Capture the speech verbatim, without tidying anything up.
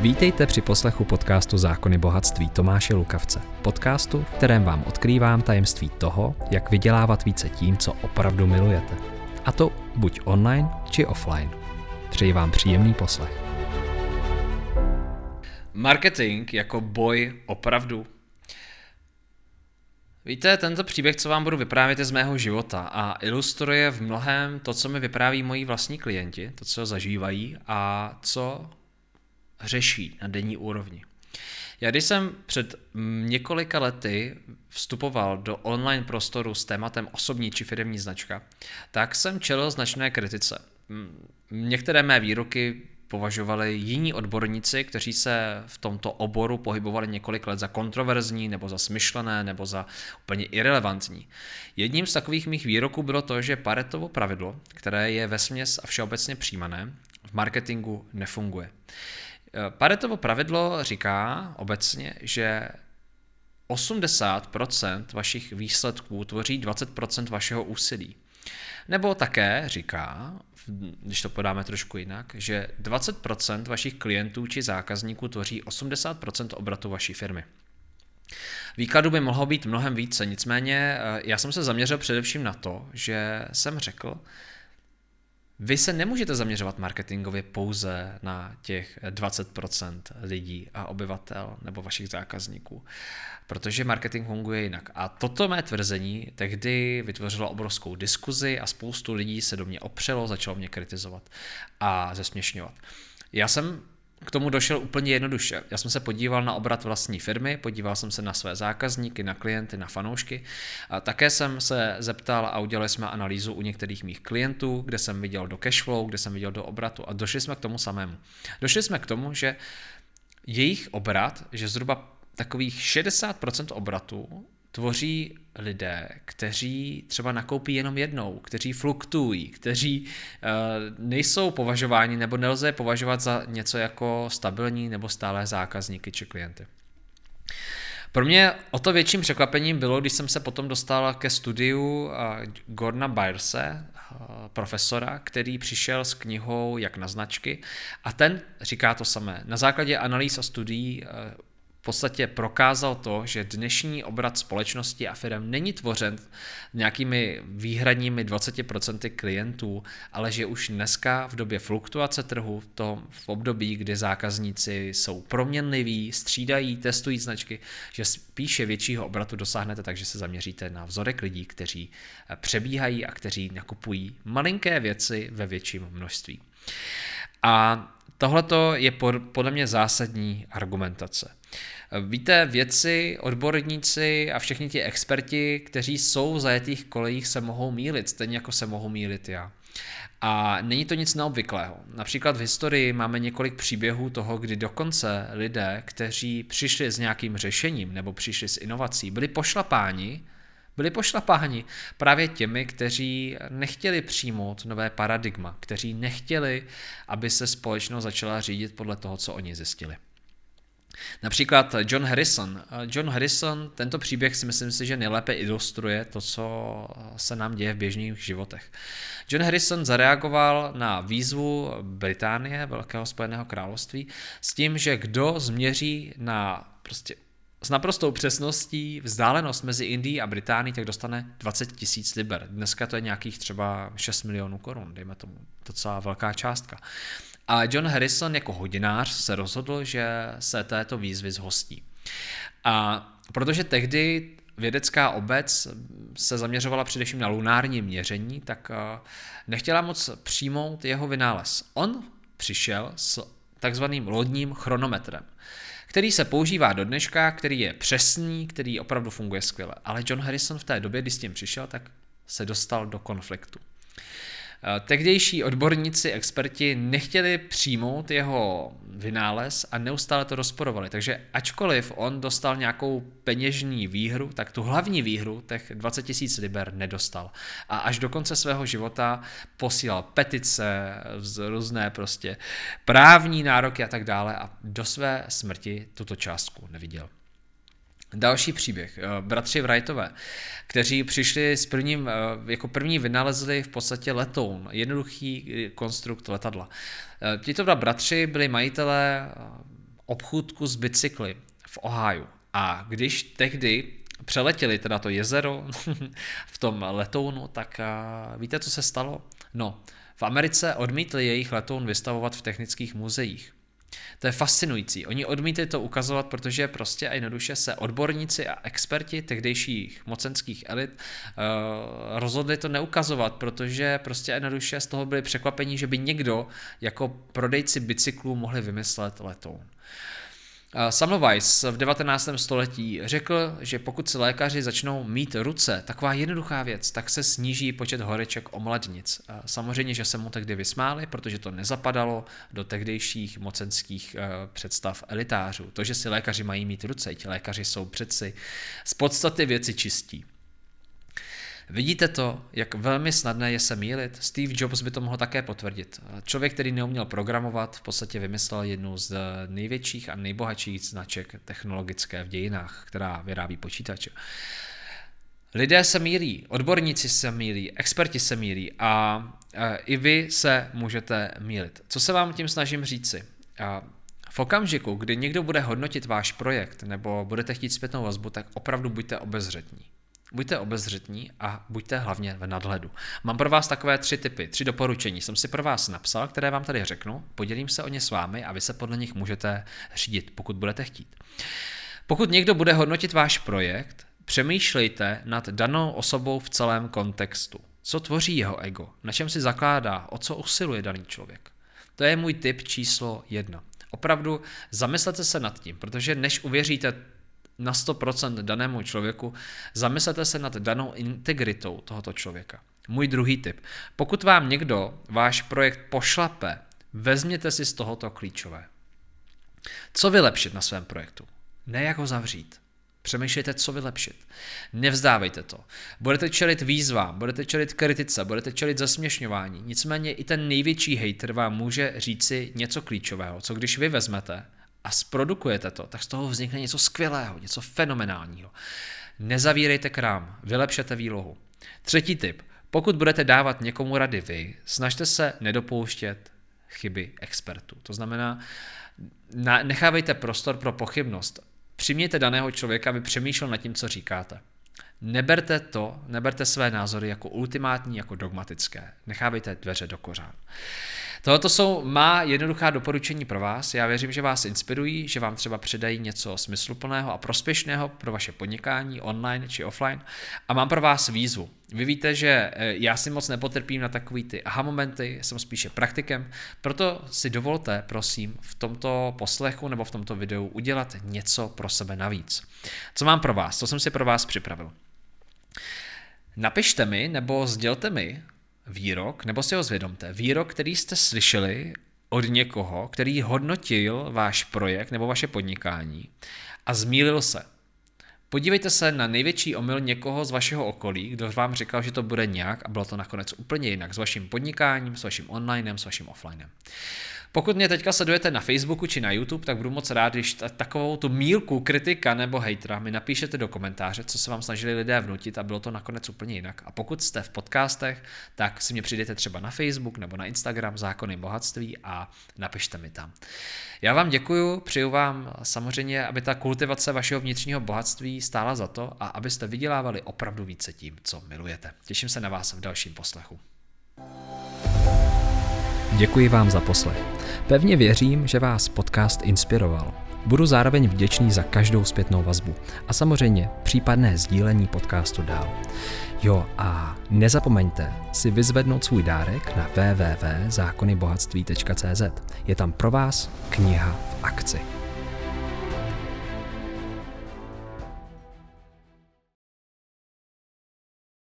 Vítejte při poslechu podcastu Zákony bohatství Tomáše Lukavce. Podcastu, v kterém vám odkrývám tajemství toho, jak vydělávat více tím, co opravdu milujete. A to buď online, či offline. Přeji vám příjemný poslech. Marketing jako boj opravdu. Víte, tento příběh, co vám budu vyprávět, je z mého života a ilustruje v mnohém to, co mi vypráví moji vlastní klienti, to, co zažívají a co řeší na denní úrovni. Já když jsem před několika lety vstupoval do online prostoru s tématem osobní či firemní značka, tak jsem čelil značné kritice. Některé mé výroky považovali jiní odborníci, kteří se v tomto oboru pohybovali několik let za kontroverzní, nebo za smyšlené, nebo za úplně irelevantní. Jedním z takových mých výroků bylo to, že Paretovo pravidlo, které je vesměs a všeobecně přijímané, v marketingu nefunguje. Paretovo pravidlo říká obecně, že osmdesát procent vašich výsledků tvoří dvacet procent vašeho úsilí. Nebo také říká, když to podáme trošku jinak, že dvacet procent vašich klientů či zákazníků tvoří osmdesát procent obratu vaší firmy. Výkladu by mohlo být mnohem více, nicméně já jsem se zaměřil především na to, že jsem řekl, vy se nemůžete zaměřovat marketingově pouze na těch dvacet procent lidí a obyvatel nebo vašich zákazníků, protože marketing funguje jinak. A toto mé tvrzení tehdy vytvořilo obrovskou diskuzi a spoustu lidí se do mě opřelo, začalo mě kritizovat a zesměšňovat. Já jsem k tomu došel úplně jednoduše. Já jsem se podíval na obrat vlastní firmy, podíval jsem se na své zákazníky, na klienty, na fanoušky. A také jsem se zeptal a udělali jsme analýzu u některých mých klientů, kde jsem viděl do cashflow, kde jsem viděl do obratu a došli jsme k tomu samému. Došli jsme k tomu, že jejich obrat, že zhruba takových šedesát procent obratu tvoří lidé, kteří třeba nakoupí jenom jednou, kteří fluktuují, kteří uh, nejsou považováni nebo nelze je považovat za něco jako stabilní nebo stálé zákazníky či klienty. Pro mě o to větším překvapením bylo, když jsem se potom dostal ke studiu uh, Gordona Byerse, uh, profesora, který přišel s knihou Jak na značky a ten říká to samé. Na základě analýz a studií uh, v podstatě prokázal to, že dnešní obrat společnosti a firem není tvořen nějakými výhradními dvacet procent klientů, ale že už dneska v době fluktuace trhu, v, tom, v období, kdy zákazníci jsou proměnliví, střídají, testují značky, že spíše většího obratu dosáhnete, takže se zaměříte na vzorek lidí, kteří přebíhají a kteří nakupují malinké věci ve větším množství. A tohleto je podle mě zásadní argumentace. Víte, vědci, odborníci a všichni ti experti, kteří jsou v zajetých kolejích, se mohou mýlit, stejně jako se mohu mýlit já. A není to nic neobvyklého. Například v historii máme několik příběhů toho, kdy dokonce lidé, kteří přišli s nějakým řešením nebo přišli s inovací, byli pošlapáni, byli pošlapáni právě těmi, kteří nechtěli přijmout nové paradigma, kteří nechtěli, aby se společnost začala řídit podle toho, co oni zjistili. Například John Harrison. John Harrison, tento příběh si myslím si, že nejlépe ilustruje to, co se nám děje v běžných životech. John Harrison zareagoval na výzvu Británie, Velkého spojeného království, s tím, že kdo změří na prostě s naprostou přesností vzdálenost mezi Indií a Británií, tak dostane dvacet tisíc liber. Dneska to je nějakých třeba šest milionů korun, dejme tomu, docela velká částka. A John Harrison jako hodinář se rozhodl, že se této výzvy zhostí. A protože tehdy vědecká obec se zaměřovala především na lunární měření, tak nechtěla moc přijmout jeho vynález. On přišel s takzvaným lodním chronometrem, který se používá do dneška, který je přesný, který opravdu funguje skvěle. Ale John Harrison v té době, kdy s tím přišel, tak se dostal do konfliktu. Tehdejší odborníci, experti nechtěli přijmout jeho vynález a neustále to rozporovali. Takže ačkoliv on dostal nějakou peněžní výhru, tak tu hlavní výhru, těch dvacet tisíc liber, nedostal. A až do konce svého života posílal petice, různé prostě právní nároky a tak dále a do své smrti tuto částku neviděl. Další příběh, bratři Wrightové, kteří přišli s prvním, jako první vynalezli v podstatě letoun, jednoduchý konstrukt letadla. Tito dva bratři byli majitelé obchůdku s bicykly v Ohiu. A když tehdy přeletěli teda to jezero v tom letounu, tak víte, co se stalo? No, v Americe odmítli jejich letoun vystavovat v technických muzeích. To je fascinující. Oni odmítli to ukazovat, protože prostě a jednoduše se odborníci a experti tehdejších mocenských elit uh, rozhodli to neukazovat, protože prostě a jednoduše z toho byli překvapení, že by někdo jako prodejci bicyklů mohli vymyslet letoun. Semmelweis v devatenáctém století řekl, že pokud si lékaři začnou mít ruce, taková jednoduchá věc, tak se sníží počet horeček omladnic. Samozřejmě, že se mu tehdy vysmáli, protože to nezapadalo do tehdejších mocenských představ elitářů. To, že si lékaři mají mít ruce, ti lékaři jsou přeci z podstaty věci čistí. Vidíte to, jak velmi snadné je se mýlit? Steve Jobs by to mohl také potvrdit. Člověk, který neuměl programovat, v podstatě vymyslel jednu z největších a nejbohatších značek technologické v dějinách, která vyrábí počítače. Lidé se mýlí, odborníci se mýlí, experti se mýlí a i vy se můžete mýlit. Co se vám tím snažím říci? V okamžiku, kdy někdo bude hodnotit váš projekt nebo budete chtít zpětnou vazbu, tak opravdu buďte obezřetní. Buďte obezřetní a buďte hlavně v nadhledu. Mám pro vás takové tři tipy, tři doporučení. Jsem si pro vás napsal, které vám tady řeknu, podělím se o ně s vámi a vy se podle nich můžete řídit, pokud budete chtít. Pokud někdo bude hodnotit váš projekt, přemýšlejte nad danou osobou v celém kontextu. Co tvoří jeho ego, na čem si zakládá, o co usiluje daný člověk. To je můj tip číslo jedna. Opravdu zamyslete se nad tím, protože než uvěříte na sto procent danému člověku, zamyslete se nad danou integritou tohoto člověka. Můj druhý tip. Pokud vám někdo váš projekt pošlape, vezměte si z tohoto klíčové. Co vylepšit na svém projektu? Ne jak ho zavřít. Přemýšlejte, co vylepšit. Nevzdávejte to. Budete čelit výzvám, budete čelit kritice, budete čelit zasměšňování. Nicméně i ten největší hejter vám může říci něco klíčového, co když vy vezmete a zprodukujete to, tak z toho vznikne něco skvělého, něco fenomenálního. Nezavírejte krám, vylepšete výlohu. Třetí tip. Pokud budete dávat někomu rady vy, snažte se nedopouštět chyby expertů. To znamená, nechávejte prostor pro pochybnost. Přimějte daného člověka, aby přemýšlel nad tím, co říkáte. Neberte to, neberte své názory jako ultimátní, jako dogmatické. Nechávejte dveře do kořán. Tohoto jsou má jednoduchá doporučení pro vás. Já věřím, že vás inspirují, že vám třeba předají něco smysluplného a prospěšného pro vaše podnikání online či offline. A mám pro vás výzvu. Vy víte, že já si moc nepotrpím na takový ty aha momenty, jsem spíše praktikem, proto si dovolte, prosím, v tomto poslechu nebo v tomto videu udělat něco pro sebe navíc. Co mám pro vás? Co jsem si pro vás připravil? Napište mi nebo sdělte mi výrok, nebo si ho zvědomte. Výrok, který jste slyšeli od někoho, který hodnotil váš projekt nebo vaše podnikání a zmýlil se. Podívejte se na největší omyl někoho z vašeho okolí, kdo vám říkal, že to bude nějak a bylo to nakonec úplně jinak s vaším podnikáním, s vaším onlinem, s vaším offlinem. Pokud mě teďka sledujete na Facebooku či na YouTube, tak budu moc rád, když takovou tu mýlku kritika nebo hejtra mi napíšete do komentáře, co se vám snažili lidé vnutit a bylo to nakonec úplně jinak. A pokud jste v podcastech, tak si mě přijdete třeba na Facebook nebo na Instagram Zákony bohatství a napište mi tam. Já vám děkuju, přeju vám samozřejmě, aby ta kultivace vašeho vnitřního bohatství stála za to a abyste vydělávali opravdu více tím, co milujete. Těším se na vás v dalším poslechu. Děkuji vám za poslech. Pevně věřím, že vás podcast inspiroval. Budu zároveň vděčný za každou zpětnou vazbu a samozřejmě případné sdílení podcastu dál. Jo a nezapomeňte si vyzvednout svůj dárek na w w w tečka zákony bohatství tečka c z. Je tam pro vás kniha v akci.